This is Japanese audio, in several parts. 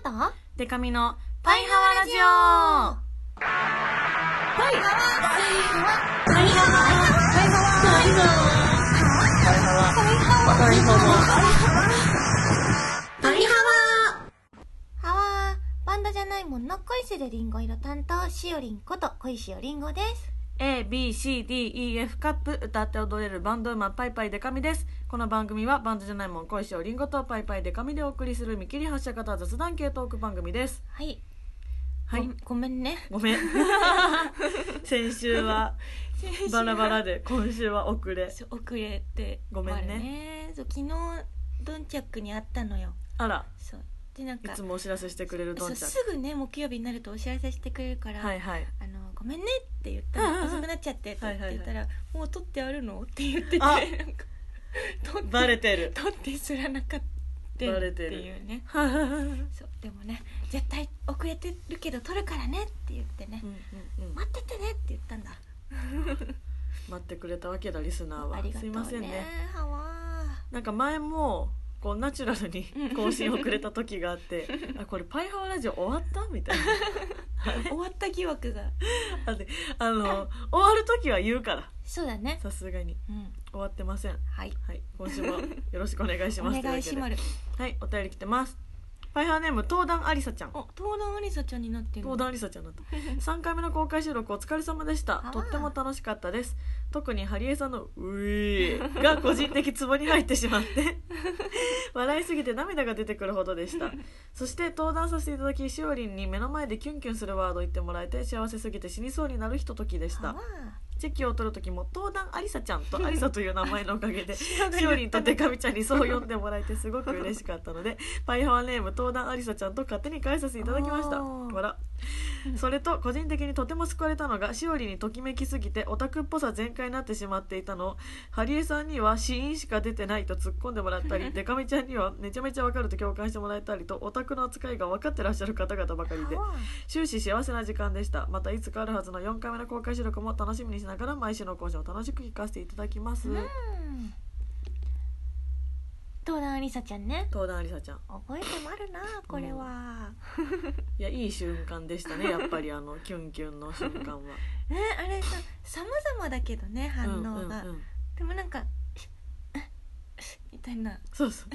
とデカミのパイハワラジオ。パイハワパイハワパイハワバンドじゃないもんの恋するりんご色担当しおりんこと恋しおりんごです。 ABCDEF カップ歌って踊れるバンドウーマンパイパイデカミです。この番組はバンドじゃないもん恋しおりんごとパイパイデカミでお送りする見切り発車型雑談系トーク番組です。 はい、 はい、 ごめんね。 ごめん先週はバラバラで今週は遅れてごめんね。 そう昨日ドンチャックに会ったのよ。 あら、 そうでなんかいつもお知らせしてくれるドンチャック。 すぐね木曜日になるとお知らせしてくれるから、 はいはい、 ごめんねって言ったら遅くなっちゃってって言ったら、はいはいはい、もう撮ってあるのって言ってて、なんかバレてる。 撮ってすらなかったっていうねそうでもね絶対遅れてるけど撮るからねって言ってね、待っててねって言ったんだ待ってくれたわけだリスナーは。 ありがとうね。 すいませんね。 はなんか前もこうナチュラルに更新遅れた時があってあこれパイハワラジオ終わったみたいな終わった疑惑が終わる時は言うから。 そうだね、 さすがに、終わってません。 はい、 はい、今週もよろしくお願いします。 お願いします。 はい、お便り来てます。パイハーネーム東壇ありさちゃん。 東壇ありさちゃんになってる。 東壇ありさちゃんだった3回目の公開収録お疲れ様でした。とっても楽しかったです。特にハリエさんのうーが個人的ツボに入ってしまって笑いすぎて涙が出てくるほどでした。そして登壇させていただきしおりんに目の前でキュンキュンするワードを言ってもらえて幸せすぎて死にそうになるひとときでした。チェキを取るときも東壇ありさちゃんとありさという名前のおかげでしおりんとデカミちゃんにそう呼んでもらえてすごく嬉しかったのでパイハワネーム東壇ありさちゃんと勝手に変えさせていただきました。笑。それと個人的にとても救われたのがしおりにときめきすぎてオタクっぽさ全開になってしまっていたのをハリエさんには死因しか出てないと突っ込んでもらったりデカミちゃんにはめちゃめちゃわかると共感してもらえたりとオタクの扱いが分かってらっしゃる方々ばかりで終始幸せな時間でした。またいつかあるはずの4回目の公開収録も楽しみにしながら毎週の更新を楽しく聞かせていただきます。 東壇ありさちゃんね。 東壇ありさちゃん覚えてもあるなこれは、 いやいい瞬間でしたねやっぱりキュンキュンの瞬間はね、あれさ様々だけどね反応が、でもなんかみたいなそうそう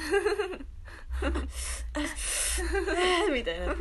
みたいな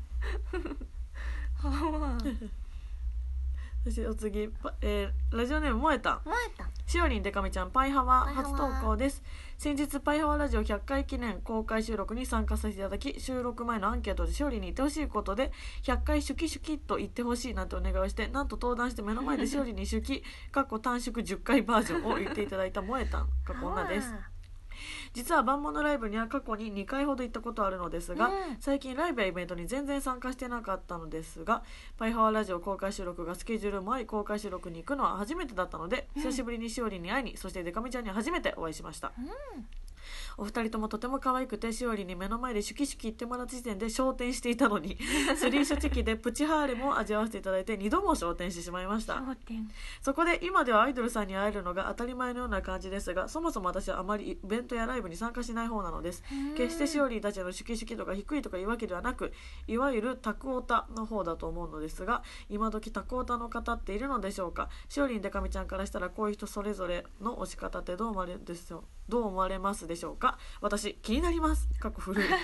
そしてお次、ラジオネーム萌えたしおりんデカミちゃんパイハワ初投稿です。先日パイハワラジオ100回記念公開収録に参加させていただき収録前のアンケートでしおりんに言ってほしいことで100回シュキシュキと言ってほしいなんてお願いをしてなんと登壇して目の前でしおりんにシュキ短縮10回バージョンを言っていただいた萌えたん女です。実は万物ライブには過去に2回ほど行ったことあるのですが、最近ライブやイベントに全然参加してなかったのですがパイハワラジオ公開収録がスケジュールもあり公開収録に行くのは初めてだったので、久しぶりにしおりんに会いにそしてデカミちゃんに初めてお会いしました。お二人ともとても可愛くてしおりんに目の前でシュキシュキ言ってもらった時点で昇天していたのにスリーショチェキでプチハーレムを味わわせていただいて2度も昇天してしまいました。そこで今ではアイドルさんに会えるのが当たり前のような感じですがそもそも私はあまりイベントやライブに参加しない方なのです。決してしおりんたちのシュキシュキ度が低いとかいうわけではなくいわゆるタクオタの方だと思うのですが今時タクオタの方っているのでしょうか。しおりんデカミちゃんからしたらこういう人それぞれの推し方ってどう思われますでしょうか。私気になります。過去古い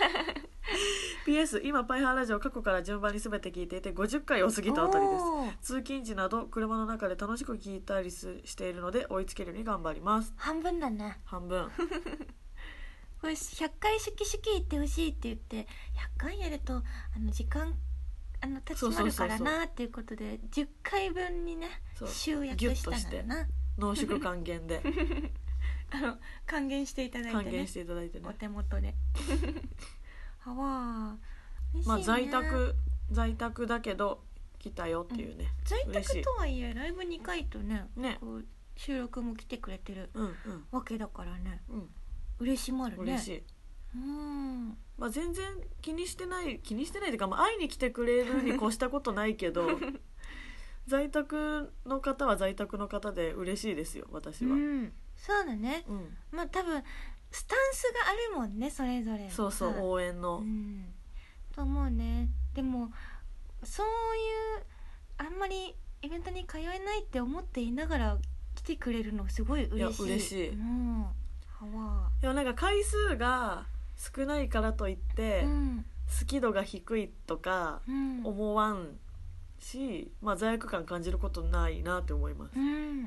PS 今パイハーラジオ過去から順番に全て聞いていて50回を過ぎたあたりです。通勤時など車の中で楽しく聞いたりしているので追いつけるように頑張ります。 半分だね。 半分これ100回シュキシュキ言ってほしいって言って100回やると時間立ちまるからなっていうことで10回分にね集約したんだな。 濃縮還元で還元していただいてね、お手元ではわー、 まあ在宅だけど来たよっていうね、 在宅とはいえライブ2回とねこう収録も来てくれてるわけだからね、嬉しまるね。 嬉しい。まあ、全然気にしてないというか、会いに来てくれるに越したことないけど在宅の方は在宅の方で嬉しいですよ私は。 そうだね、まあ多分スタンスがあるもんねそれぞれ。 そう応援の、 と思うでもそういうあんまりイベントに通えないって思っていながら来てくれるのすごい嬉しい。 いや嬉しい、 うん、 でもなんか回数が少ないからといって、 うん、 好き度が低いとか思わんし、まあ、罪悪感感じることないなって思います、 うん、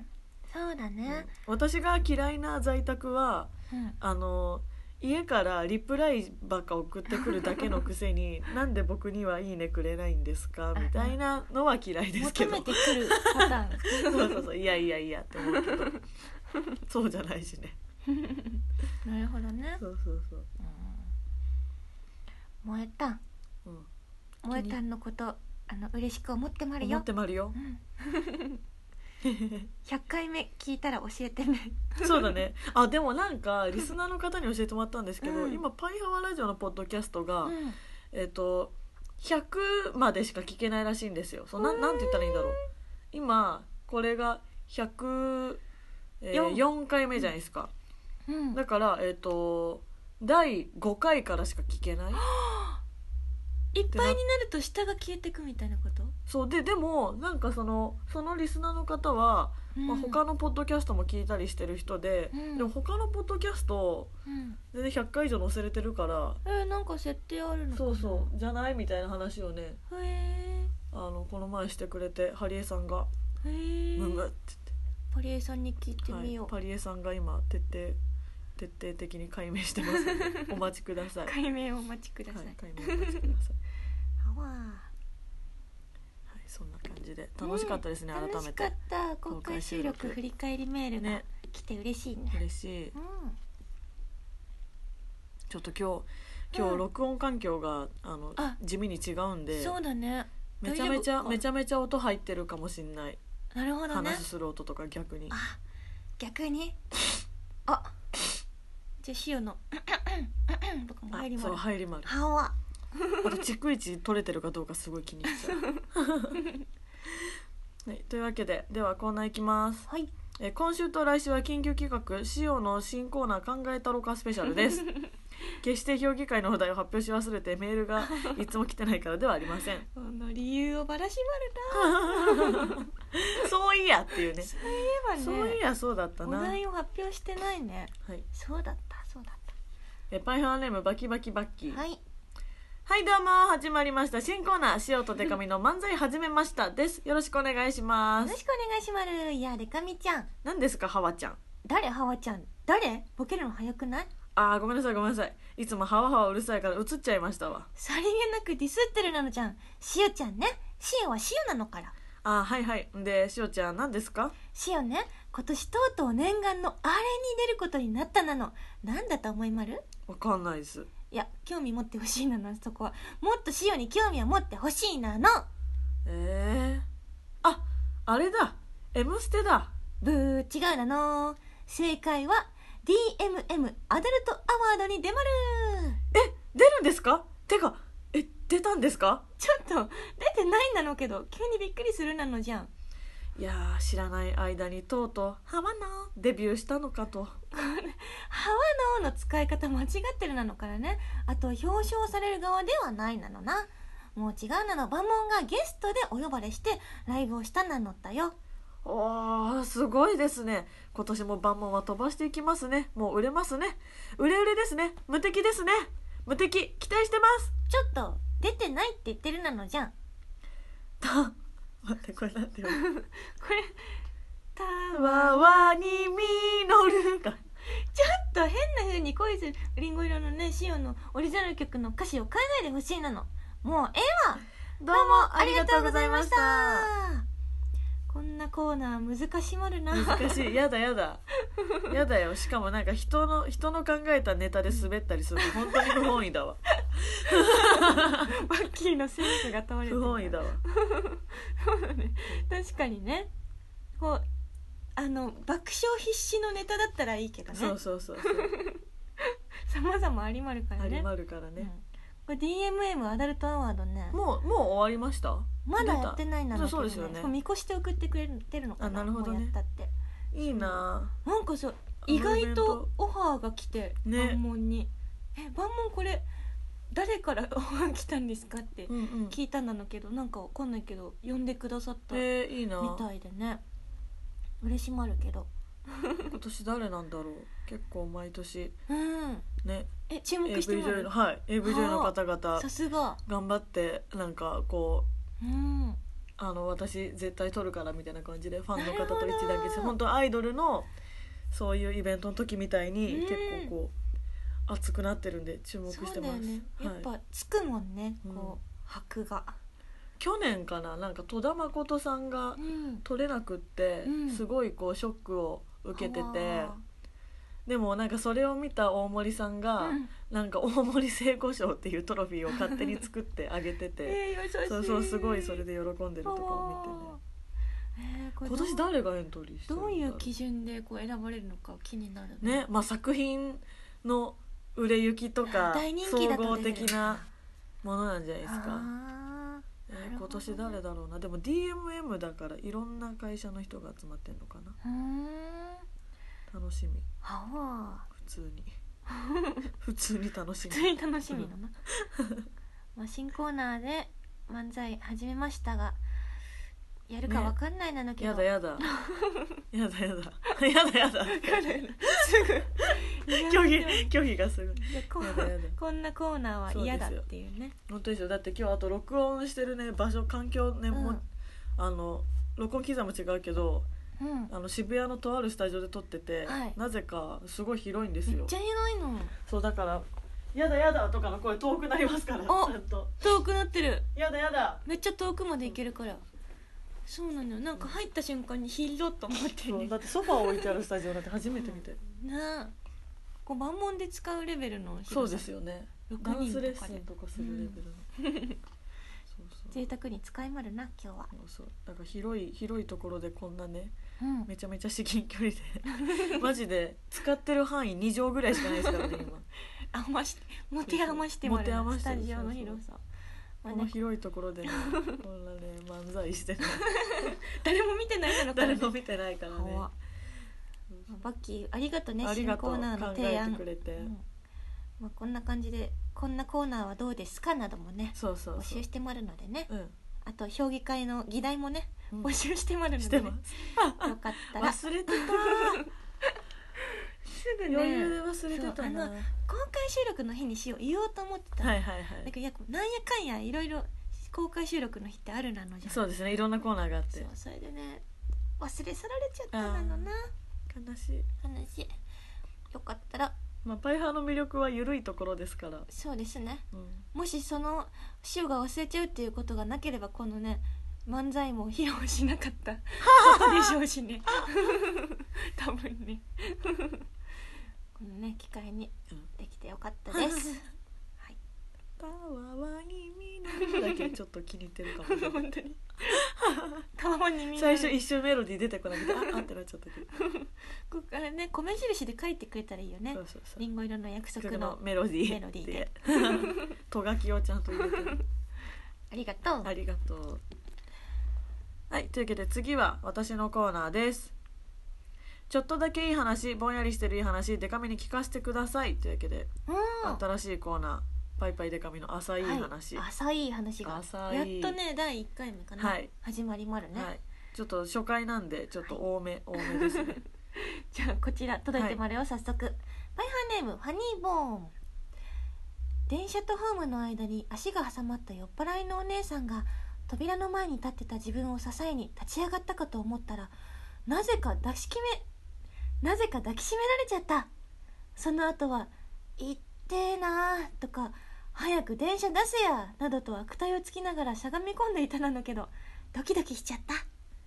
そうだね、 私が嫌いな在宅は、 うん、 家からリプライばっか送ってくるだけのくせになんで僕にはいいねくれないんですかみたいなのは嫌いですけど、 求めてくるパターンそうそうそう、いやいやいやって思うけどそうじゃないしねなるほどね。 そうそうそう、 萌えたん、萌えたんのこと嬉しく思ってまるよ。 思ってまるよ、 100回目聞いたら教えてねそうだね。あ、でもなんかリスナーの方に教えてもらったんですけど、今パイハワラジオのポッドキャストが、100までしか聞けないらしいんですよ。なんて言ったらいいんだろう。今これが104回目じゃないですか、だから第5回からしか聞けないいっぱいになると下が消えてくみたいなこと。 そうでもなんかそのリスナーの方は、他のポッドキャストも聞いたりしてる人で、でも他のポッドキャスト、全然100回以上載せれてるから、 なんか設定あるのかな。 そうそうじゃないみたいな話をね、この前してくれて、ハリエさんがムムって言って、 パリエさんに聞いてみよう、 パリエさんが今徹底的に解明してますのでお待ちください解明をお待ちください、 解明お待ちくださいそんな感じで楽しかったですね、改めて。 楽しかった。公開収録振り返りメールが来て嬉しいね。 嬉しい、ちょっと今日録音環境が地味に違うんで、 そうだね、 めちゃめちゃ音入ってるかもしんない。 なるほどね、 話する音とか逆にじゃあ塩のとかも入りまる。 そう入りまる。あと逐一取れてるかどうかすごい気にしちゃう、はい、というわけではコーナーいきます、今週と来週は緊急企画塩の新コーナー考えたろかスペシャルです決して評議会のお題を発表し忘れてメールがいつも来てないからではありませんこの理由をばらしまるなそういやっていうね。 そういえばね、 そういやそうだったな。 お題を発表してないね。そうだった。 パイハワネームバキバキバッキー。 はいどうも、始まりました新コーナー、塩とデカミの漫才始めましたです。よろしくお願いします。 よろしくお願いします。いやデカミちゃん、 何ですかハワちゃん。 誰ハワちゃん、誰？ボケるの早くない？ ごめんなさい、いつもハワハワうるさいから映っちゃいましたわ。 さりげなくディスってるなのちゃん。塩ちゃんね、塩は塩なのから。 はいで、塩ちゃん何ですか？ 塩ね、今年とうとう念願のあれに出ることになったなの。なんだと思いまる？ わかんないです。 いや、興味持ってほしいなの、そこは。もっと塩に興味を持ってほしいなの。 あれだ、Mステだ。 ブー、違うなの。正解は DMM アダルトアワードに出まる。 出るんですか？てか出たんですか？ ちょっと出てないなのけど、急にびっくりするなのじゃん。 いやー、知らない間にとうとうハワのデビューしたのかと。 ハワの使い方間違ってるなのからね。あと表彰される側ではないなのな。もう違うなの。バモンがゲストでお呼ばれしてライブをしたなのだよ。 すごいですね。今年もバモンは飛ばしていきますね。もう売れますね。売れですね。無敵ですね。無敵期待してます。 ちょっと出てないって言ってるなのじゃん。 待って、これなんて読むこれたわわに実るか。 ちょっと変な風に恋するリンゴ色のね、塩のオリジナル曲の歌詞を変えないでほしいなの。もうええわ。 どうもありがとうございました。 こんなコーナー難しまるな。 難しい。やだよ。しかもなんか人の考えたネタで滑ったりすると本当に不本意だわ。 バッキーのセンスが問われてる。 不本意だわ。 確かにね、こう爆笑必至のネタだったらいいけどね。 そう様々ありまるからね。これ DMM アダルトアワードね、 もう終わりました？ まだやってないなの。 そうですよね。 見越して送ってくれてるのかな。 なるほどね。 もうやったって。 いいな。 なんか意外とオファーが来て、バンモンに。バンモンこれ誰から来たんですかって聞いたんだけど、なんかわかんないけど呼んでくださったみいいなたいでね、嬉しまるけど今年誰なんだろう。結構毎年、ね、 注目してもらう。 はい、AV 女優の方々 さすが頑張ってなんかこう、私絶対撮るからみたいな感じでファンの方と一致団結して、本当アイドルのそういうイベントの時みたいに結構こう熱くなってるんで注目してます。そうだよね、 やっぱつくもんね、こう箔が。 去年かな、なんか戸田誠さんが撮れなくって、すごいこうショックを受けてて、でもなんかそれを見た大森さんが、なんか大森聖子賞っていうトロフィーを勝手に作ってあげてて、そうすごいそれで喜んでるとこを見てね、今年誰がエントリーしてるんだろう。 どういう基準でこう選ばれるのか気になるね。まあ作品の売れ行きとか総合的なものなんじゃないですか。今年誰だろうな。でも DMM だからいろんな会社の人が集まってんのかな。楽しみ。普通に普通に楽しみ。 普通に楽しみだなまあ新コーナーで漫才始めましたが、やるかわかんないなのけど、 やだすぐ拒否がする。 こんなコーナーは嫌だっていうね。 本当ですよ。だって今日あと録音してるね場所環境ね、もう録音機材も違うけど、渋谷のとあるスタジオで撮ってて、なぜかすごい広いんですよ。 めっちゃ広いの。 そうだからやだとかの声遠くなりますから。ちゃんと遠くなってる。 やだめっちゃ遠くまで行けるから。そうなのよ。なんか入った瞬間に広っと思ってね。 だってソファー置いてあるスタジオなんて初めて見て、 こう万問で使うレベルの広さ。 そうですよね。ダンスレッスンとかするレベルの、 贅沢に使いまるな今日は。 そうだから広いところでこんなね、めちゃめちゃ至近距離でマジで使ってる範囲2畳ぐらいしかないですからね今。 持て余してもらうスタジオの広さ。 この広いところでねこんなね漫才してね誰も見てないだろうからね。 誰も見てないからね。 バッキーありがとね。新コーナーの提案考えてくれて、 こんな感じでこんなコーナーはどうですかなどもね、募集してもらうのでね、あと評議会の議題もね、募集してもらうので、ね、よかったら。 忘れてたすぐね、余裕で忘れてたな。 公開収録の日にしよう言おうと思ってた。だけどなんやかんやいろいろ公開収録の日ってあるなのじゃん。 そうですね、いろんなコーナーがあって、 それでね忘れ去られちゃったなのな。 悲しい。 よかったら、 パイハーの魅力は緩いところですから。 そうですね、もしその塩が忘れちゃうっていうことがなければこのね漫才も披露しなかったことでしょうしね多分ねこのね機会にできてよかったですはい。 たわわにみなだけちょっと気に入ってるかも本当にたわわにみな最初一瞬メロディー出てこなくてあってなっちゃったけどここからね米印で書いてくれたらいいよね。リンゴ色の約束のメロディーでとがきをちゃんと入れてありがとう。 はい、というわけで次は私のコーナーです。ちょっとだけいい話、ぼんやりしてるいい話、デカミに聞かせてくださいというわけで、新しいコーナーパイパイデカミの浅い話、 浅い話がやっとね第1回目かな、始まりまるね、 ちょっと初回なんでちょっと多めですねじゃあこちら届いてまるよ、早速。パイハーネームファニーボーン。電車とホームの間に足が挟まった酔っ払いのお姉さんが扉の前に立ってた自分を支えに立ち上がったかと思ったら、なぜか抱きしめられちゃった。その後は「いってえな」とか「早く電車出せや」などと悪態をつきながらしゃがみ込んでいたなんだけど、ドキドキしちゃった。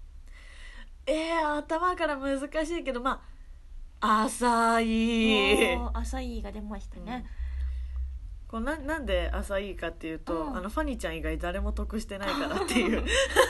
頭から難しいけど、浅いが出ましたね、 こうなんで浅いかっていうと、ファニーちゃん以外誰も得してないからっていう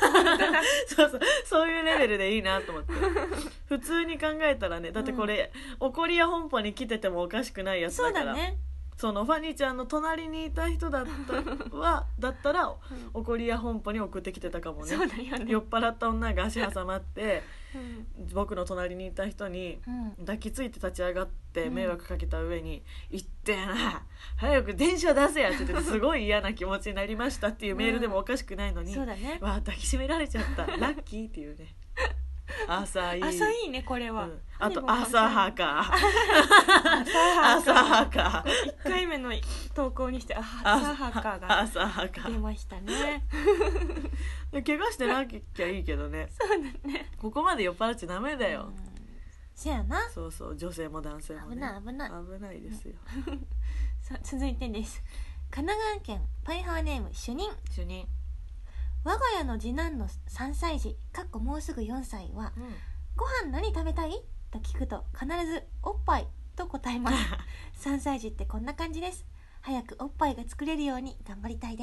そういうレベルでいいなと思って普通に考えたらね、だってこれ、怒りや本舗に来ててもおかしくないやつだから、そのファニーちゃんの隣にいた人だったら怒りや本舗に送ってきてたかもね。 そうだよね。 酔っ払った女が足挟まって、僕の隣にいた人に抱きついて立ち上がって迷惑かけた上に「言ってやな早く電車出せや」って言ってすごい嫌な気持ちになりましたっていうメールでもおかしくないのに、 そうだね。 わあ抱きしめられちゃったラッキーっていうね。朝いいねこれは、 あと朝はか朝はか 1回目の投稿にして朝はかが出ましたね。 怪我してなきゃいいけどね。 そうだね。 ここまで酔っ払っちゃダメだよ。 せやな。 そうそう、女性も男性もね、 危ないですよ。 さあ続いてです。神奈川県パイハーネーム主任。我が家の次男の3歳児もうすぐ4歳は、ご飯何食べたいと聞くと必ずおっぱいと答えます3歳児ってこんな感じです。早くおっぱいが作れるように頑張りたいです。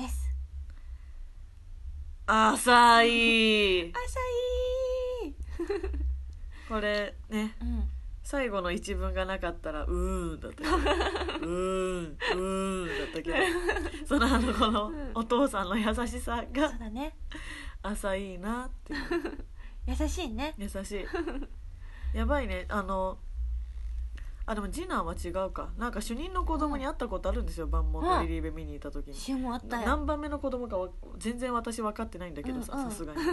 浅いこれね、最後の一文がなかったらだったけどだったけどそのこのお父さんの優しさがそうだね、 浅いなっていう優しいね。 優しいやばいね。でも次男は違うか。なんか主任の子供に会ったことあるんですよ、万門のリリーベ見に行った時に。 私もあったよ。 何番目の子供か全然私分かってないんだけどさすがに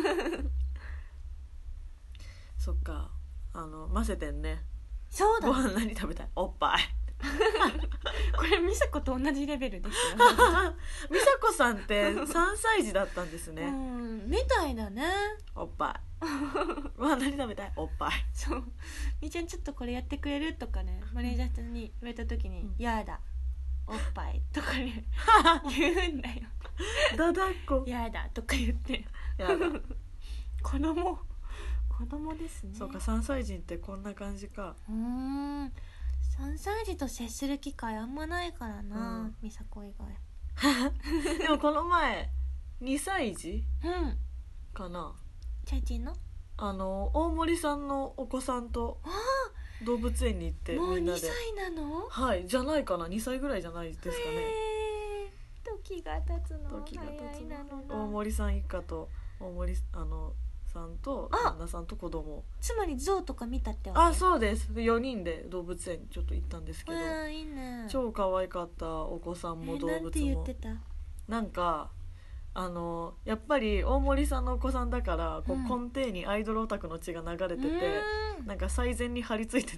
そっか、ませてんね。 そうだ、 ご飯何食べたい、おっぱいこれ美佐子と同じレベルですよ美佐子さんって3歳児だったんですね。 みたいだね。 おっぱいご飯何食べたい、おっぱい。 そうみーちゃんちょっとこれやってくれるとかね、マネージャーさんに言われた時に、やだおっぱいとかね言うんだよ。 だだっこやだとか言ってやだ子供ですね。 そうか、3歳児ってこんな感じか。 3歳児と接する機会あんまないからな、美佐子以外でもこの前2歳児かな、 チャイチンの大森さんのお子さんと動物園に行ってもうみんなで。 2歳なの？ はいじゃないかな、2歳ぐらいじゃないですかね。 時が経つの早いなのな。 大森さん一家と大森さんと旦那さんと子供。 つまりゾウとか見たってわけ？ そうです。4人で動物園ちょっと行ったんですけど、 いいね。 超可愛かった。お子さんも動物も。 なんて言ってた？ なんかやっぱり大森さんのお子さんだからこう、根底にアイドルオタクの血が流れてて、なんか最前に張り付いてて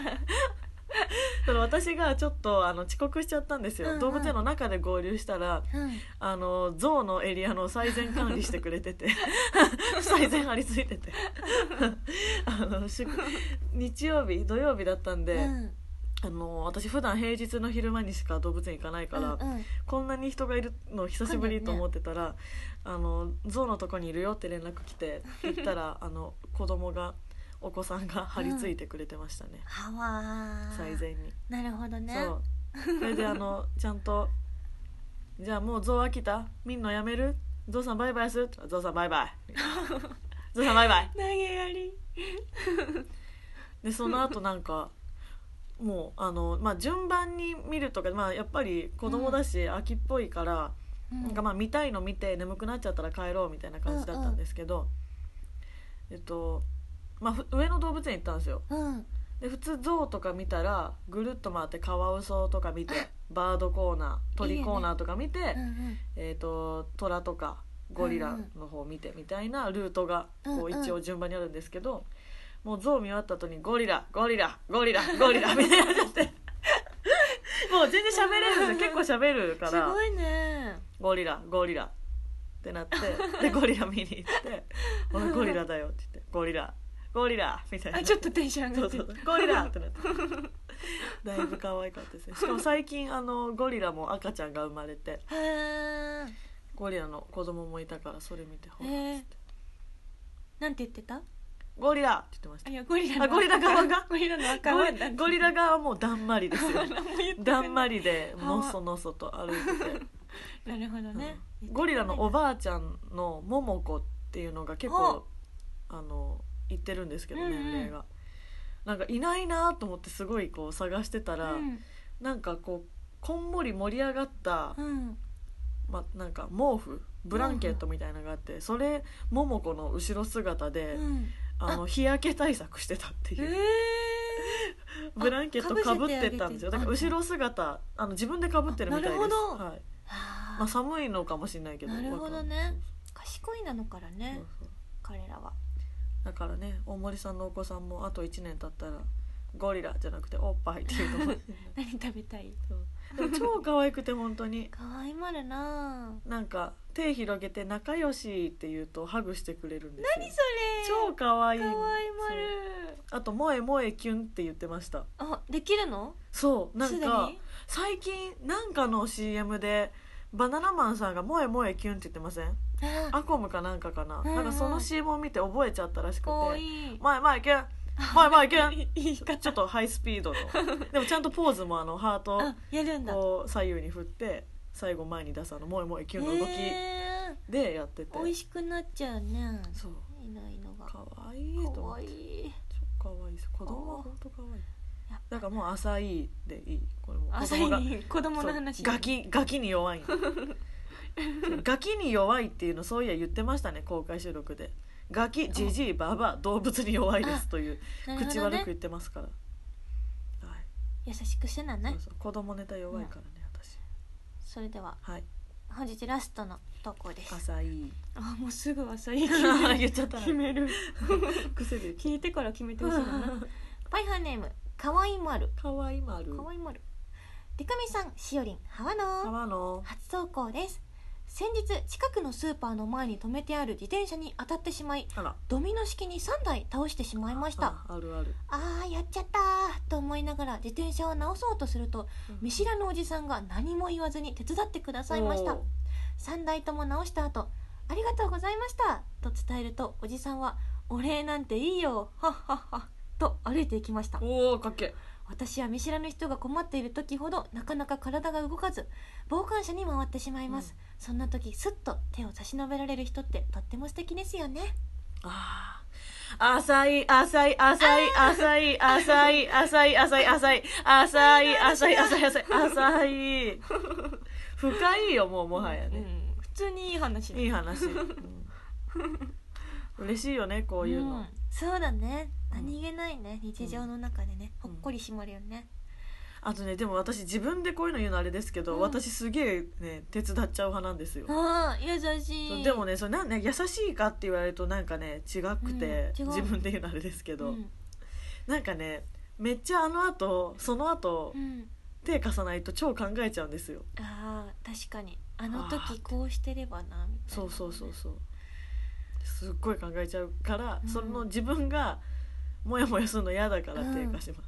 私がちょっと遅刻しちゃったんですよ、動物園の中で合流したら、ゾウのエリアの最前管理してくれてて最前張り付いてて日曜日土曜日だったんで、私普段平日の昼間にしか動物園行かないから、こんなに人がいるの久しぶりと思ってたら、ゾウのとこにいるよって連絡来て行ったら子供がお子さんが張り付いてくれてましたね、最前に。 なるほどね。 それでちゃんとじゃあもうゾウ飽きた、見んのやめる、ゾウさんバイバイする、ゾウさんバイバイゾウさんバイバイ投げやりでその後なんかもう順番に見るとか、やっぱり子供だし、秋っぽいから、なんか見たいの見て眠くなっちゃったら帰ろうみたいな感じだったんですけど、上野動物園行ったんですよ、で普通ゾウとか見たらぐるっと回ってカワウソとか見てバードコーナー鳥コーナーとか見て、トラとかゴリラの方見てみたいなルートがこう一応順番にあるんですけど、もうゾウ見終わった後にゴリラゴリラゴリラゴリラみたいになっちゃってもう全然喋れるんですよ、結構喋るから。 すごいね。 ゴリラゴリラってなってでゴリラ見に行って「おいゴリラだよ」って言って「ゴリラゴリラ」みたいな、 ちょっとテンション上がってそうゴリラってなってだいぶ可愛かったですね。しかも最近ゴリラも赤ちゃんが生まれて、ゴリラの子供もいたからそれ見てほらっつって、 なんて言ってた？ ゴリラって言ってました。 いやゴリラ側がゴリラの赤ワンだ。 ゴリラ側はもうだんまりですよだんまりでのそのそと歩いててなるほどね、 ゴリラのおばあちゃんのももこっていうのが結構言ってるんですけど、年齢がなんかいないなと思ってすごいこう探してたら、なんかこうこんもり盛り上がったなんか毛布ブランケットみたいなのがあって、それ桃子の後ろ姿で、日焼け対策してたっていう、ブランケットかぶってたんですよ。だから後ろ姿自分でかぶってるみたいです。はい、寒いのかもしれないけど。 なるほどね。賢いなのからね、彼らは。 だからね、大森さんのお子さんもあと1年経ったらゴリラじゃなくておっぱいっていうのも何食べたい？ でも超可愛くて本当に可愛いまるな。 なんか手広げて仲良しって言うとハグしてくれるんですよ。 何それ、 超可愛い。 可愛いまる。 あと萌え萌えキュンって言ってました。 できるの？ そうなんか最近なんかの CM でバナナマンさんが萌え萌えキュンって言ってません？アコムかなんかかな、なんかその CM を見て覚えちゃったらしくて、萌え萌えキュン萌え萌えキュンちょっとハイスピードのでもちゃんとポーズもハートこう左右に振って最後前に出す萌え萌えキュンの動きでやってて、 美味しくなっちゃうね。 そういないのがかわいいと思って、超かわいいです。子供は本当かわいい。だからもう浅いでいい。これも子供の話。 ガキに弱いガキに弱いっていうのそういや言ってましたね、公開収録で。ガキ、ジジイ、ババア、動物に弱いですという口悪く言ってますから、はい、 優しくしてなね。 そう子供ネタ弱いからね、私。 それでは、 はい、 本日ラストの投稿です。 浅い。 もうすぐ浅い言っちゃったら決める癖で聞いてから決めてほしいなパイハーネームかわいまる。 かわいまる。 デカミさん、しおりん、はわの初投稿です。先日近くのスーパーの前に止めてある自転車に当たってしまい、ドミノ式に3台倒してしまいました。 あるある。 やっちゃったと思いながら自転車を直そうとすると、見知らぬおじさんが何も言わずに手伝ってくださいました。3台とも直した後、ありがとうございましたと伝えると、おじさんはお礼なんていいよはっはっはと歩いていきました。 かっけ。 私は見知らぬ人が困っている時ほどなかなか体が動かず傍観者に回ってしまいます、そんな時スッと手を差し伸べられる人ってとっても素敵ですよね。 浅い浅い浅い浅い浅い浅い浅い浅い浅い浅い浅い浅い浅い深いよ、もはやね、 普通にいい話だ。 いい話、嬉しいよね、こういうの、 そうだね、何気ないね、日常の中でね、ほっこりしまるよね。 あとね、でも私自分でこういうの言うのあれですけど、私すげえね手伝っちゃう派なんですよ。 優しい。 でもね、それ優しいかって言われるとなんかね違くて、自分で言うのあれですけど、なんかねめっちゃその後、手貸さないと超考えちゃうんですよ。 確かに時こうしてればなみたいな、 そうすっごい考えちゃうから、その自分がモヤモヤするの嫌だから手貸します。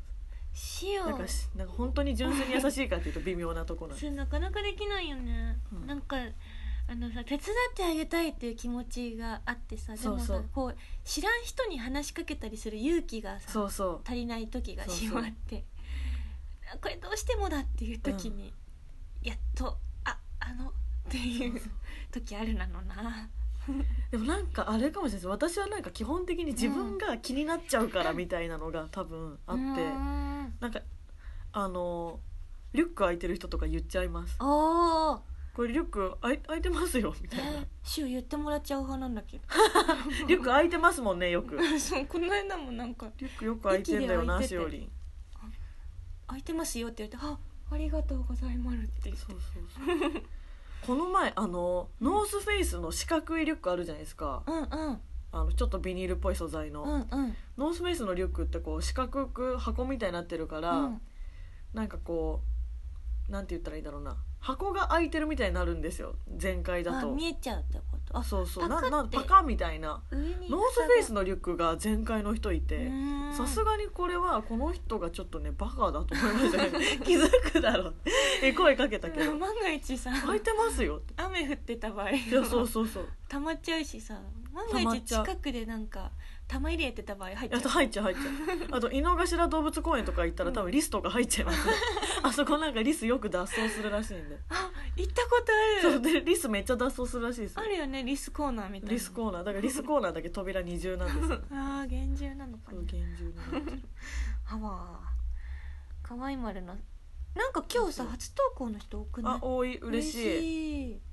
なんか本当に純粋に優しいかっていうと微妙なところなんです。 それなかなかできないよね、なんか手伝ってあげたいっていう気持ちがあってさ、でもさこう知らん人に話しかけたりする勇気がさ足りない時がしまって、これどうしてもだっていう時に、やっとっていう時あるなのなでもなんかあれかもしれないです。私はなんか基本的に自分が気になっちゃうからみたいなのが多分あって、なんかリュック開いてる人とか言っちゃいます。これリュック開いてますよみたいな。 言ってもらっちゃう派なんだけどリュック開いてますもんね、よくそう、この間もなんかリュックよく開いてんだよな、しおりん開いてますよって言って、ありがとうございますって言って、そうこの前ノースフェイスの四角いリュックあるじゃないですか、ちょっとビニールっぽい素材の、ノースフェイスのリュックってこう四角く箱みたいになってるから、なんかこうなんて言ったらいいんだろうな、箱が開いてるみたいになるんですよ、全開だと。 見えちゃうってこと。 そうパカみたいな。ノースフェイスのリュックが全開の人いて、さすがにこれはこの人がちょっとねバカだと思いましたね気づくだろう声かけたけど万が一さ開いてますよって、 雨降ってた場合そう溜まっちゃうしさ、万が一近くでなんか玉入れてた場合入っちゃうあと井の頭動物公園とか行ったら多分リスとか入っちゃいます、あそこなんかリスよく脱走するらしいんで。 行ったことある。 そうでリスめっちゃ脱走するらしいですよ。 あるよね、リスコーナーみたいな。 リスコーナーだからリスコーナーだけ扉二重なんですよ厳重なのかな。 厳重なのかわいまるのなんか今日さ初投稿の人多くない？ 多い、嬉しい。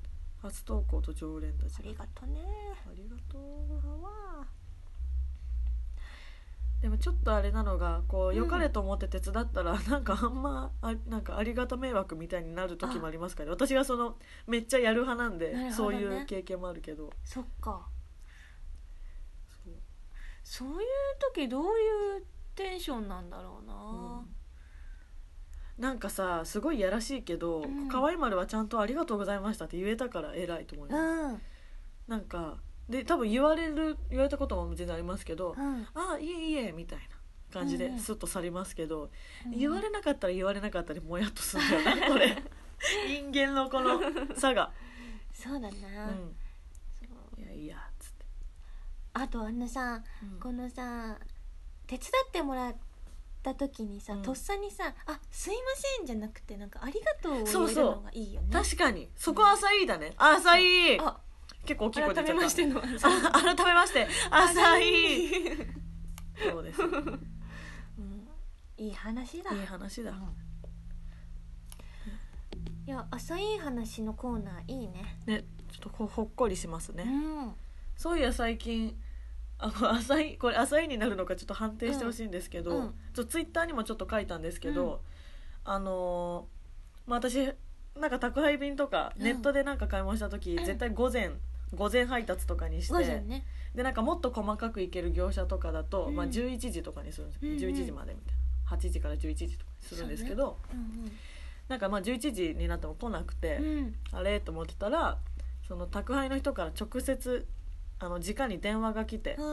初投稿と常連たち。 ありがとね。 ありがとう。でもちょっとあれなのがこう良かれと思って手伝ったら、なんかあんまなんかありがた迷惑みたいになる時もありますから、ね、私がそのめっちゃやる派なんで、ね、そういう経験もあるけど。 そっか。そういう時どういうテンションなんだろうな、 なんかさすごいやらしいけど、可愛い丸はちゃんとありがとうございましたって言えたから偉いと思います、なんかで多分言われたことも全然ありますけど、あいえいえみたいな感じでスッと去りますけど、言われなかったら言われなかったりもやっとするんだよなこれ人間のこの差が。 そうだな、 いやいやつって。 あとさ、このさ手伝ってもらった時にさ、とっさにさあすいませんじゃなくてなんかありがとうを言えるのがいいよね。 確かにそこ浅いだね。浅い。結構大きい声出ちゃった。改めまして浅いそうです、 いい話だ。 いい話だ、 いや浅い話のコーナーいいね。 ね、ちょっとほっこりしますね、そういや最近これ浅いになるのかちょっと判定してほしいんですけど、ツイッターにもちょっと書いたんですけど、私なんか宅配便とかネットでなんか買い物した時、絶対午前配達とかにして、でなんかもっと細かくいける業者とかだと、11時とかにするんです、11時までみたいな、8時から11時とかにするんですけど、なんか11時になっても来なくて、あれと思ってたらその宅配の人から直接直に電話が来て、つ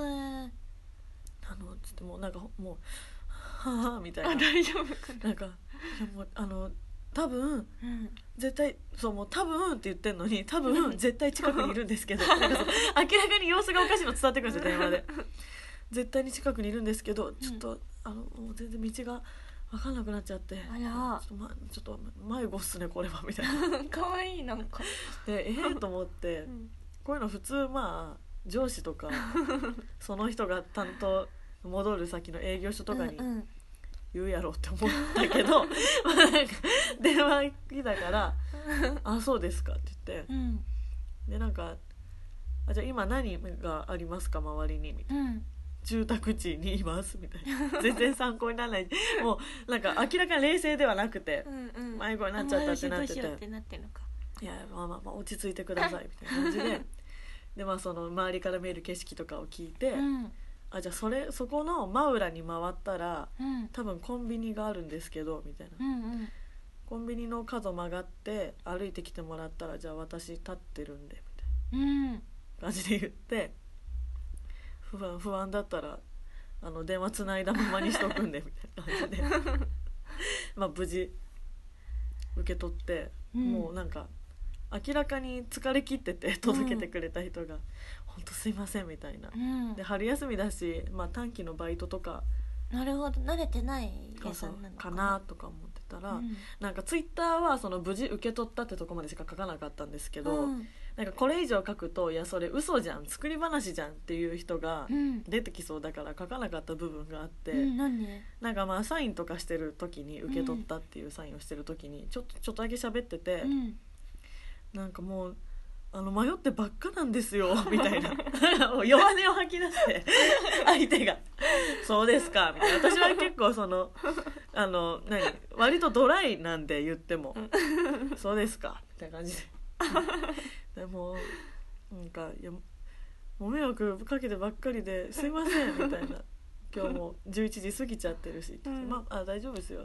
ってもうなんかもうはぁみたいな、 大丈夫かな、 なんかもう多分、絶対そうもう多分って言ってんのに多分絶対近くにいるんですけどなんか明らかに様子がおかしいの伝わってくるんですよ電話で。絶対に近くにいるんですけどちょっと、もう全然道が分かんなくなっちゃって、ちょっと迷子っすねこれはみたいなかわいいなんかでと思って、こういうの普通上司とかその人が担当戻る先の営業所とかに言うやろうって思ったけどなんか電話来たから「あそうですか」って言って、でなんかじゃあ今何がありますか周りにみたいな、住宅地にいますみたいな全然参考にならないもうなんか明らかに冷静ではなくて、迷子になっちゃったってなってて、いやまあ落ち着いてくださいみたいな感じででその周りから見える景色とかを聞いて、じゃあそこの真裏に回ったら、多分コンビニがあるんですけどみたいな、コンビニの角曲がって歩いてきてもらったらじゃあ私立ってるんでみたいな感じで言って、不安だったら電話つないだままにしとくんでみたいな感じで無事受け取って、もうなんか明らかに疲れ切ってて届けてくれた人が、本当すいませんみたいな、で春休みだし、短期のバイトとかなるほど慣れてない屋さんなのかなとか思ってたら、なんかツイッターはその無事受け取ったってとこまでしか書かなかったんですけど、なんかこれ以上書くといやそれ嘘じゃん作り話じゃんっていう人が出てきそうだから書かなかった部分があって、なんかサインとかしてる時に受け取ったっていうサインをしてる時にちょっとだけ喋ってて、なんかもう迷ってばっかなんですよみたいな弱音を吐き出して相手がそうですかみたいな。私は結構割とドライなんで言ってもそうですかみたいな感じでもなんかいやご迷惑かけてばっかりですいませんみたいな、今日も11時過ぎちゃってるし、大丈夫ですよ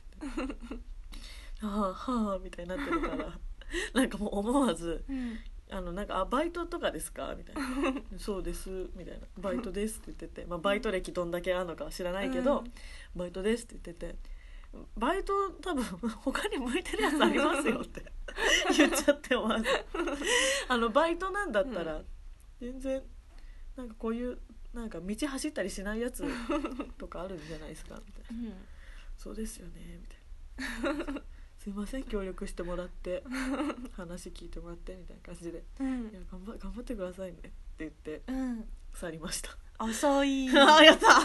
はあみたいになってるからなんかもう思わず、なんかバイトとかですかみたいなそうですみたいな、バイトですって言ってて、バイト歴どんだけあるのかは知らないけど、バイトですって言ってて、バイト多分他に向いてるやつありますよって言っちゃって思わずバイトなんだったら全然なんかこういうなんか道走ったりしないやつとかあるんじゃないですかみたいな、そうですよねみたいなすいません協力してもらって話聞いてもらってみたいな感じで、いや頑張ってくださいねって言って、去りました。 遅いあやった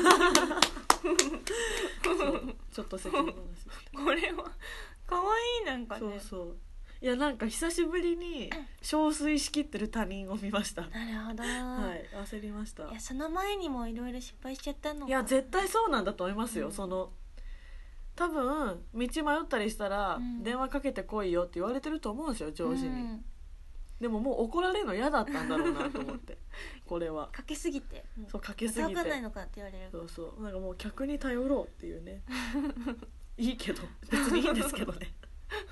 ちょっと責任話これはかわいいなんかね。 そういやなんか久しぶりに憔悴しきってる他人を見ました。 なるほど。 はい、焦りました。 いやその前にもいろいろ失敗しちゃったのか。 いや絶対そうなんだと思いますよ、その多分道迷ったりしたら、電話かけてこいよって言われてると思うんですよ上司に、でももう怒られるの嫌だったんだろうなと思ってこれはかけすぎて、 そうかけすぎて分かんないのかって言われる。 そうそうなんかもう客に頼ろうっていうねいいけど別にいいんですけどね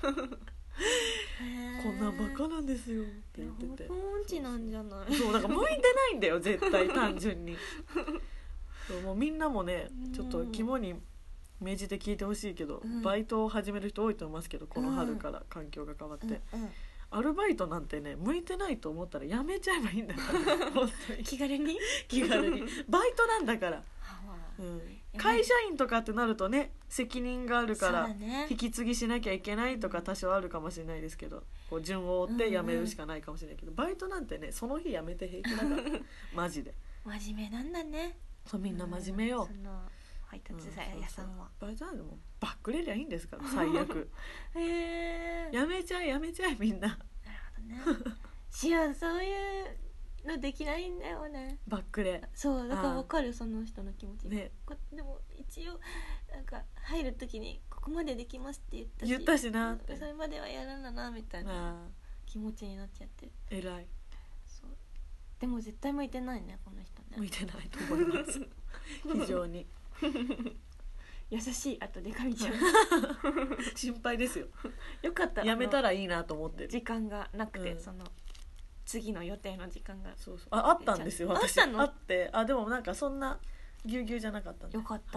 こんなバカなんですよって言ってて、 音痴なんじゃない。 そうだから向いてないんだよ絶対単純にそうもうみんなもねちょっと肝に銘じて聞いてほしいけど、バイトを始める人多いと思いますけどこの春から環境が変わって、アルバイトなんてね向いてないと思ったらやめちゃえばいいんだから本当に気軽にバイトなんだから、会社員とかってなるとね責任があるから引き継ぎしなきゃいけないとか多少あるかもしれないですけど、こう順を追って辞めるしかないかもしれないけど、バイトなんてねその日辞めて平気だからマジで真面目なんだね。 そうみんな真面目よ、 その配達屋さんは、 バイトなんでもバックレりゃいいんですから最悪やめちゃえみんな。なるほどねしやそういうのできないんだよねバックレ。 そうだから分かるその人の気持ちね。 でも一応なんか入る時にここまでできますって言ったしなってそれまではやらななみたいな気持ちになっちゃって偉い。 そうでも絶対向いてないねこの人ね。 向いてないと思います非常に優しい。あとでかみちゃん心配ですよよかったやめたらいいなと思ってる。 時間がなくて、その次の予定の時間がそうあったんですよ私。 あったの？ あってでもなんかそんなぎゅうぎゅうじゃなかったんでよかった、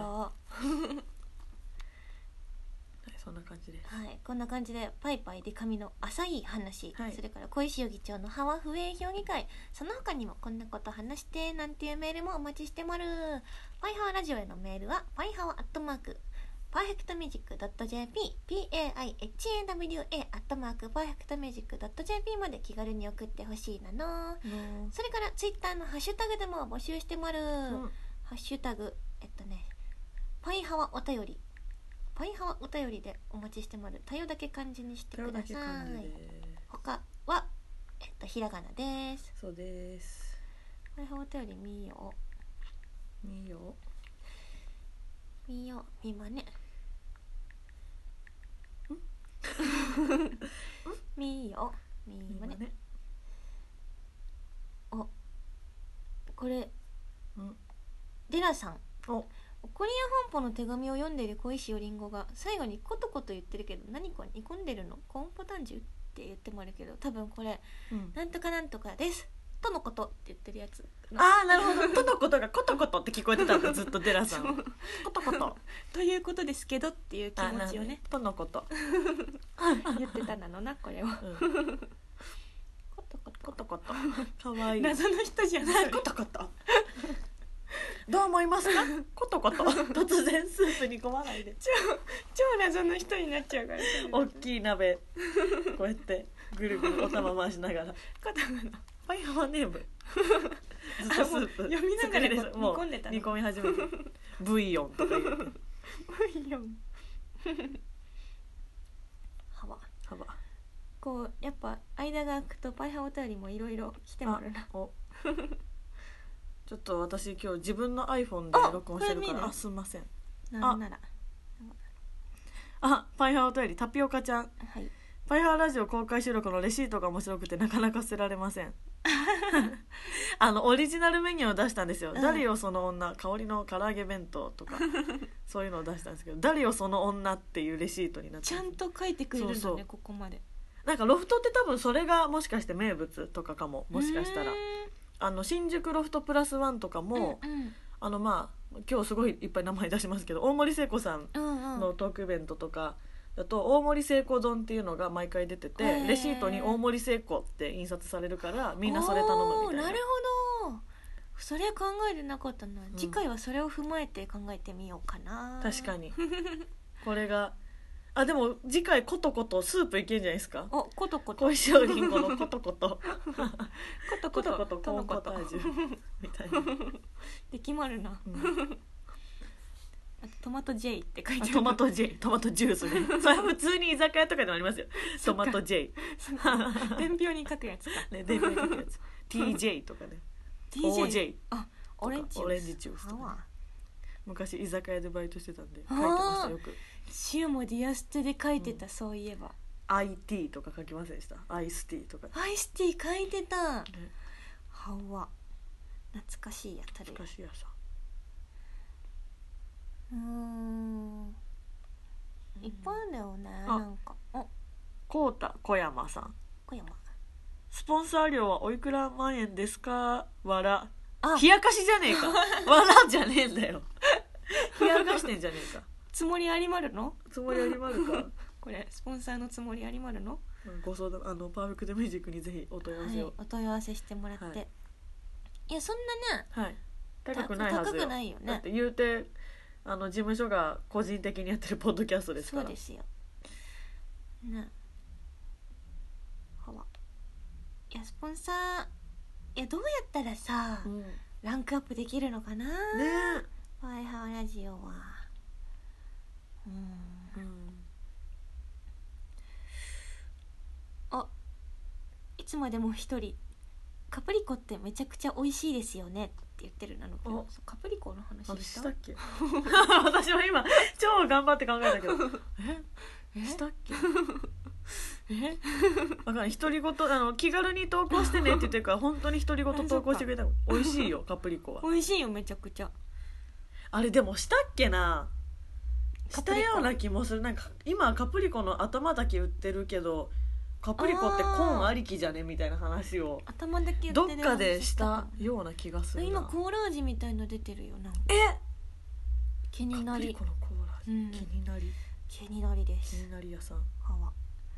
そんな感じです。 はい、こんな感じでパイパイで髪の浅い話、それから小石代議長のハワフエ評議会、その他にもこんなこと話してなんていうメールもお待ちしてまる。パイハワラジオへのメールはパイハワ@perfectmusic.jp paihawa@perfectmusic.jp まで気軽に送ってほしいなの、それからツイッターのハッシュタグでも募集してまる、ハッシュタグパイハワお便りでお待ちしてまる。たよだけ漢字にしてください。他は、ひらがなです。 そうです。 パイハワお便り見よう見まね見よ見まね。おこれデラさん、コリア本舗の手紙を読んでいる小石よりんごが最後にコトコト言ってるけど何か煮込んでるの？コーンポタンジュって言ってもあるけど多分これ、なんとかなんとかですとのことって言ってるやつ。 なるほどとのことがコトコトって聞こえてたんだずっとデラさんコトコトということですけどっていう気持ちをねとのこと言ってたのなこれは、コトコトかわいい謎の人じゃないコトコトどう思いますかコトコト突然スープに込まないで超謎の人になっちゃうから大きい鍋こうやってぐるぐるお玉回しながらパイハワネームずっとスープ読みながら煮込んでたの。 煮込み始めてブイヨンとか言ってブイヨンハワこうやっぱ間が空くとパイハワお便りもいろいろ来てもらうな。 ちょっと私今日自分の iPhone で録音してるからすんません。 なんならパイハワお便りタピオカちゃん、パイハワラジオ公開収録のレシートが面白くてなかなか捨てられませんオリジナルメニューを出したんですよ、ダリオその女香りの唐揚げ弁当とかそういうのを出したんですけどダリオその女っていうレシートになってちゃんと書いてくれるんだね。ここまでなんかロフトって多分それがもしかして名物とかかも。もしかしたら新宿ロフトプラスワンとかも、今日すごいいっぱい名前出しますけど大森聖子さんのトークイベントとかだと大森聖子丼っていうのが毎回出てて、レシートに大森聖子って印刷されるからみんなそれ頼むみたいな。 なるほど、それ考えてなかったな、次回はそれを踏まえて考えてみようかな。 確かにこれがでも次回コトコトスープいけんじゃないですか。 コトコト小石よりんごのコトコトコトコトコトコトコーンポタージュみたいなで決まるな、 あとトマト J って書いてある。 トマト J トマトジュースねそれは普通に居酒屋とかでもありますよトマト J 伝票に書くやつかね伝票に書くやつTJ とかね OJ あオレンジジュースとか、ね、昔居酒屋でバイトしてたんで書いてましたよく。 シオもディアステで書いてた、そういえば IT とか書きませんでした？アイスティーとかアイスティー書いてた、ね、はわ懐かしいやたる懐かしいやさいっぱいあるんだよね。なんかこうた小山さん小山スポンサー料はおいくら万円ですか？わら冷やかしじゃねえかわらじゃねえんだよ冷やかしてんじゃねえかつもりありまるの？ つもりありまるかこれスポンサーのつもりありまるの？ ご相談パーフェクトミュージックにぜひお問い合わせを、 はい、お問い合わせしてもらって、はい、いやそんなね、 はい、高くないはずよ。 高くないよね。 だって言うて事務所が個人的にやってるポッドキャストですから。 そうですよね。はわいやスポンサーいやどうやったらさ、ランクアップできるのかなね。パイハワラジオはいつまでも一人カプリコってめちゃくちゃ美味しいですよねって言ってるなのけど、カプリコの話したっけ私は今超頑張って考えたけどしたっけ分かんない。独り言気軽に投稿してねって言ってるから本当に独り言投稿してくれたの。美味しいよカプリコは。 美味しいよめちゃくちゃ。 あれでもしたっけな。したような気もする。なんか今カプリコの頭だけ売ってるけどカプリコってコーンありきじゃねみたいな話を頭だけどっかでしたような気がするな。 今コーラ味みたいの出てるよな。気になり。 カプリコのコーラ味、気になり。 気になりです。 気になり屋さん。 はわ。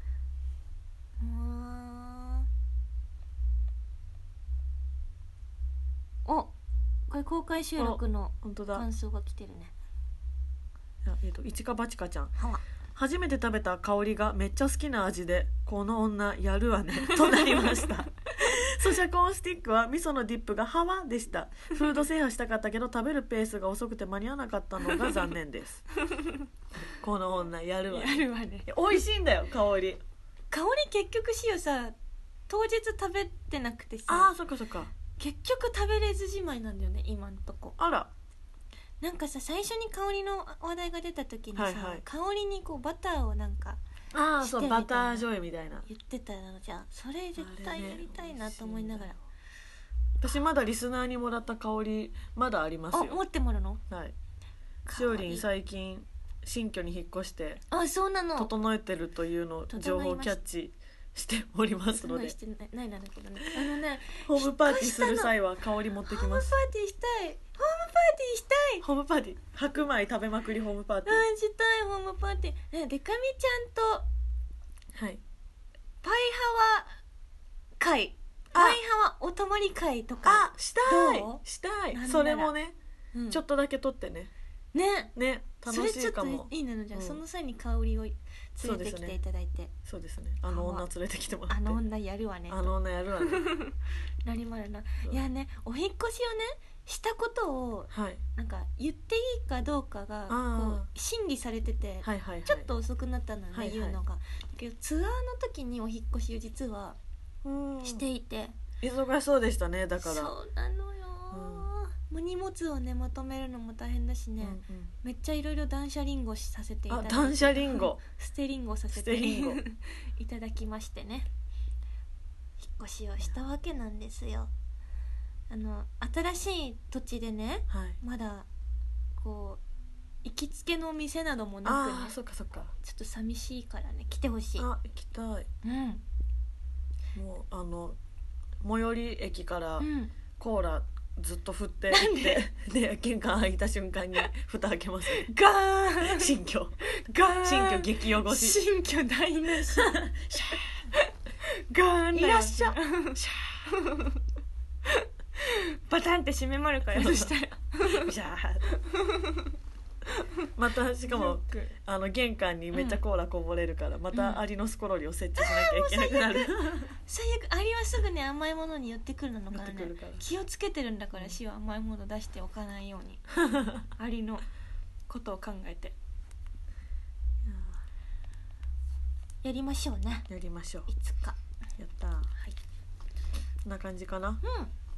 これ公開収録の感想が来てるね。 いちかばちかちゃん。初めて食べた香りがめっちゃ好きな味でこの女やるわねとなりましたソシャコーンスティックは味噌のディップがハワでした。フード制覇したかったけど食べるペースが遅くて間に合わなかったのが残念ですこの女やるわね。 やるわね。 美味しいんだよ香り。 香り結局しよさ当日食べてなくてさ。 そっかそっか。 結局食べれずじまいなんだよね今んとこ。 あら。 なんかさ最初に香りの話題が出た時にさ、香りにこうバターをなんかそうバター醤油みたいな言ってたのじゃあそれ絶対やりたいなと思いながら、 私まだリスナーにもらった香りまだありますよ。 持ってもらうの？ はい。しおりん最近新居に引っ越してそうなの整えてるというの情報キャッチしておりますので。 してないなんだけどね。 ホームパーティーする際は香り持ってきます。 ホームパーティーしたい。 ホームパーティー白米食べまくりホームパーティーしたい。ホームパーティーデカミちゃんとパイハワ会パイハワお泊まり会とかしたい。それもね、ちょっとだけ取ってね楽しいかも。それちょっといいなの。じゃあその際に香りを連れてきていただいて。 そうですね。女連れてきてもらって。 女やるわね。 女やるわねなりまるな。いやねお引っ越しをねしたことをなんか言っていいかどうかがこう審議されててちょっと遅くなったのね言うのが。だけどツアーの時にお引っ越しを実はしていて忙しそうでしたね。だからそうなのよ。もう荷物をねまとめるのも大変だしね、めっちゃいろいろ断捨リンゴさせていただいて。 断捨リンゴ捨てリンゴさせていただきましてね引っ越しをしたわけなんですよ。新しい土地でね、まだこう行きつけのお店などもなくね。 そっかそっか。 ちょっと寂しいからね来てほしい。 行きたい。もう最寄り駅からコーラずっと振っていってで玄関開いた瞬間に蓋開けますね。 ガーン新居激汚し。 新居台無しガーンいらっしゃバタンって閉めまるからそしたらじゃあまたしかも玄関にめっちゃコーラこぼれるから、またアリのスコロリを設置しなきゃいけなくなる。 最悪アリはすぐね甘いものに寄ってくるのからね。気をつけてるんだから、塩甘いもの出しておかないようにアリのことを考えてやりましょうね。 やりましょう。 いつか。 やったー。はい。こんな感じかな。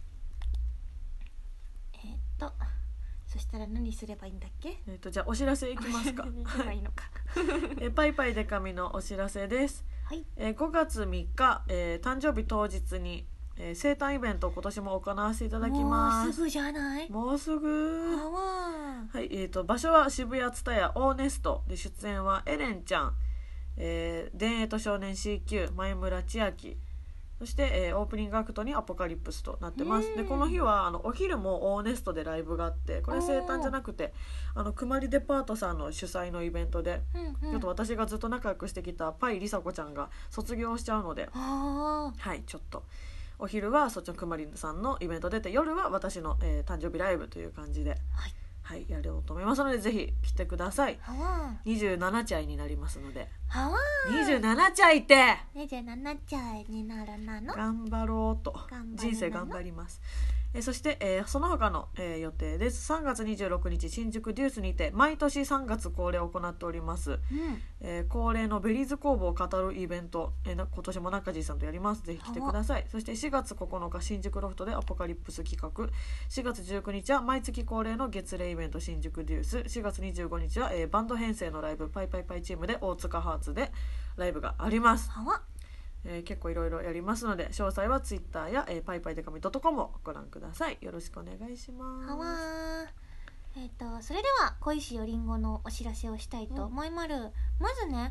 そしたら何すればいいんだっけ？ じゃあお知らせいきますか。 はい。いいのか。 パイパイデカミのお知らせです。 はい。 5月3日、誕生日当日に、生誕イベントを今年も行わせていただきます。 もうすぐじゃない？ もうすぐ。 はい。場所は渋谷ツタヤオーネストで、出演はエレンちゃん、田園と少年 CQ 前村千秋、そして、オープニングアクトにアポカリプスとなってます。でこの日はお昼もオーネストでライブがあって、これは生誕じゃなくてくまりデパートさんの主催のイベントで、ちょっと私がずっと仲良くしてきたパイリサ子ちゃんが卒業しちゃうので、はい、ちょっとお昼はそっちのくまりさんのイベント出て、夜は私の、誕生日ライブという感じで、はい、やろうと思いますので、ぜひ来てください。27チャイになりますので。27チャイって 27チャイになるなの。 頑張ろうと。人生頑張ります。そして、その他の、予定です。3月26日新宿デュースにて毎年3月恒例を行っております、恒例のベリーズ工房を語るイベント、今年も中地さんとやります。ぜひ来てください。そして4月9日新宿ロフトでアポカリプス企画、4月19日は毎月恒例の月例イベント新宿デュース、4月25日は、バンド編成のライブパイパイパイチームで大塚ハーツでライブがあります。結構いろいろやりますので、詳細はツイッターや、パイパイデカミ.com をご覧ください。よろしくお願いします。 それでは小石よりんごのお知らせをしたいと思います。まずね、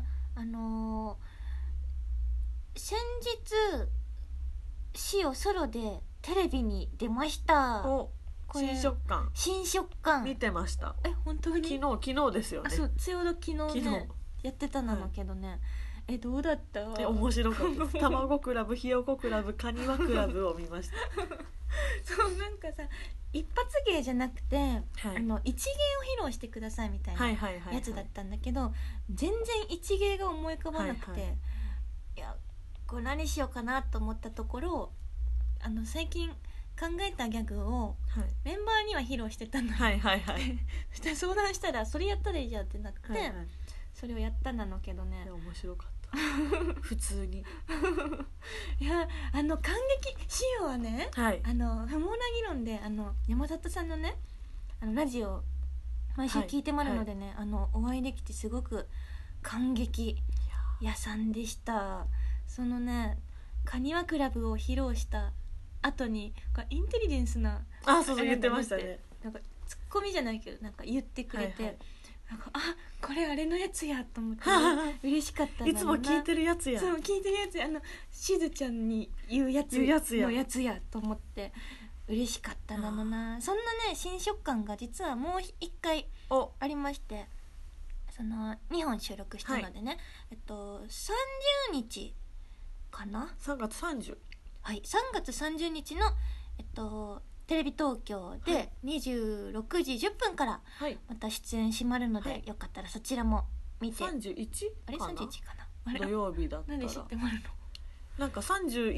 先日シオソロでテレビに出ました。新食感見てました。 本当に昨日ですよね。 そう、ちょうど昨日ねやってたんだけどね、どうだった？ 面白かったです。卵クラブ、ひよこクラブ、カニワクラブを見ました。 そう、なんかさ、一発芸じゃなくて、一芸を披露してくださいみたいなやつだったんだけど、全然一芸が思い浮かばなくて、いや、これ何しようかなと思ったところ、最近考えたギャグをメンバーには披露してたの。そして相談したら、それやったらいいじゃんってなって、それをやったんだけどね。 面白かった。普通に。 いや、感激しようはね、不毛な議論で山里さんのねラジオ毎週聞いてもらうのでね、お会いできてすごく感激屋さんでした。そのね、カニワクラブを披露した後にインテリジェンスなそう言ってましたね。 なんかツッコミじゃないけどなんか言ってくれて、なんかこれあれのやつやと思って嬉しかったんだな。 いつも聞いてるやつや。 そう、聞いてるやつや、しずちゃんに言うやつのやつやと思って嬉しかったんだろうな。そんなね、新食感が実はもう一回ありまして、その2本収録したのでね、30日かな、 3月30、 はい、3月30日のテレビ東京で26時10分からまた出演しまるので、よかったらそちらも見て。 31? あれ 31かな、 土曜日だったら。 なんで知ってもらうの？ なんか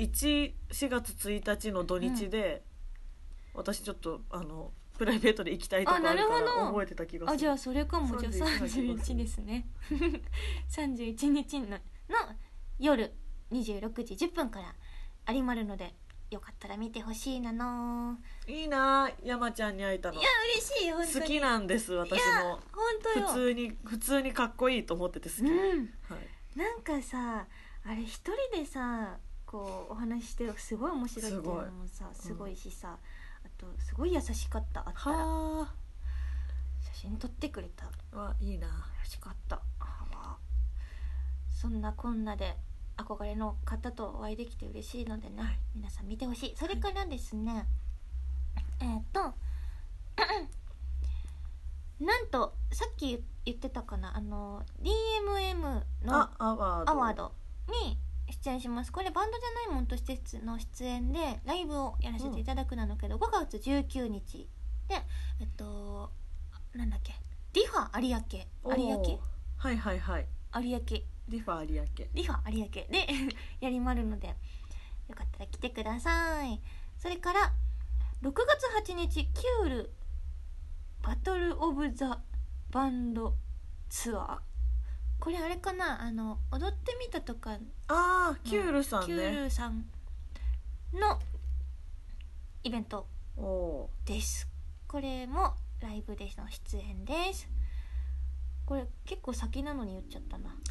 31、4月1日の土日で、私ちょっとプライベートで行きたいとこあるから覚えてた気がする。 じゃあそれかも。じゃあ31ですね。31日の夜26時10分からありまるので、よかったら見てほしいなの。 いいな、山ちゃんに会えたの。 いや、嬉しいよ、本当に。 好きなんです、私も。 本当よ。 普通にかっこいいと思ってて好き。 なんかさ、あれ一人でさ、こうお話ししてるすごい面白いっていうのもさ、すごいしさ、あとすごい優しかった。あったら写真撮ってくれた。 いいな。 優しかった。そんなこんなで憧れの方とお会いできて嬉しいのでね、皆さん見てほしい。それからですね、なんとさっき言ってたかな、DMM のアワードに出演します。これバンドじゃないもんとしての出演でライブをやらせていただくなのけど、5月19日でなんだっけ、リファ有明有明有明リファ有明でやりまるので、よかったら来てください。それから6月8日キュールバトルオブザバンドツアー、これあれかな、踊ってみたとか、 キュールさんね、 キュールさんのイベントです。これもライブでの出演です。これ結構先なのに言っちゃったな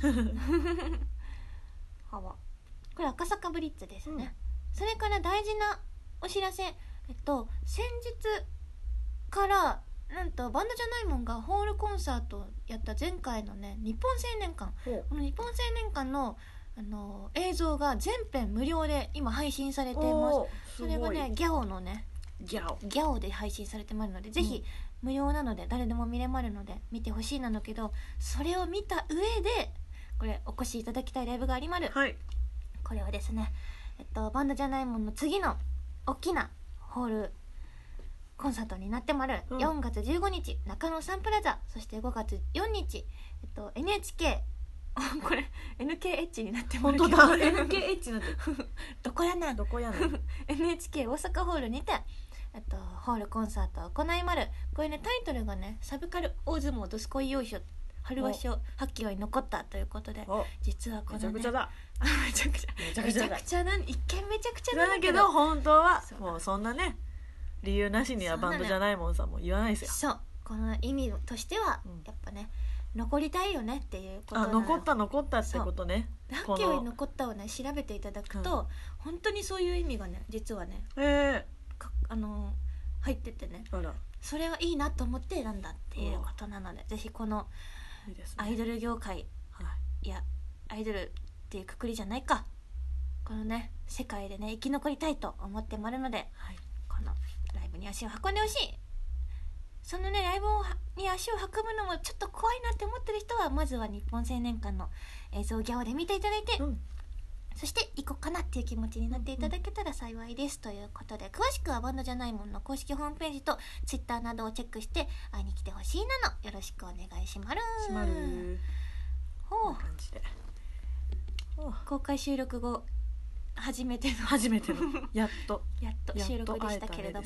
はわ、これ赤坂ブリッツですね、それから大事なお知らせ、先日からなんとバンドじゃないもんがホールコンサートやった前回のね日本青年館、この日本青年館の映像が全編無料で今配信されています。それがねギャオのねギャオで配信されてますので、ぜひ無料なので誰でも見れますので見てほしいなんだけど、それを見た上でこれお越しいただきたいライブがあります、これはですね、バンドじゃないもんの次の大きなホールコンサートになってまる、4月15日中野サンプラザ、そして5月4日、NHK これ NKH になってまるけど、 本当だNKH になってるどこやねんNHK 大阪ホールにてホールコンサートを行いまる。これねタイトルがねサブカル大相撲どすこいよいしょ春場所発揮に残ったということで、実はこのねめちゃくちゃだめちゃくちゃな、一見めちゃくちゃなんだけど本当はもうそんなね理由なしにはバンドじゃないもんさんも言わないですよ。 そうこの意味としては、やっぱね残りたいよねっていうことなの。 残ったってことね。 発揮に残ったをね調べていただくと、本当にそういう意味がね実はね入っててね、それはいいなと思って選んだっていうことなので、ぜひこのアイドル業界、いやアイドルっていうくくりじゃないか、このね世界でね生き残りたいと思ってもらうので、このライブに足を運んでほしい。そのねライブに足を運ぶのもちょっと怖いなって思ってる人はまずは日本青年館の映像ギャオで見ていただいて、そして行こうかなっていう気持ちになっていただけたら幸いですということで、詳しくはバンドじゃないもんの公式ホームページとツイッターなどをチェックして会いに来てほしいなのよろしくお願いします。ほう感じで公開収録後初めてのやっと収録でしたけれども、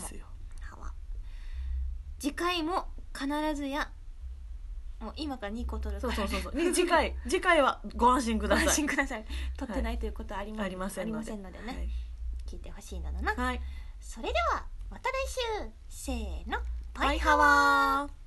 次回も必ずやもう今から2個取るから、 次回はご安心ください。 取ってないということはありませんのでね、聞いてほしいのだな。それではまた来週、せーの、 パイハワー。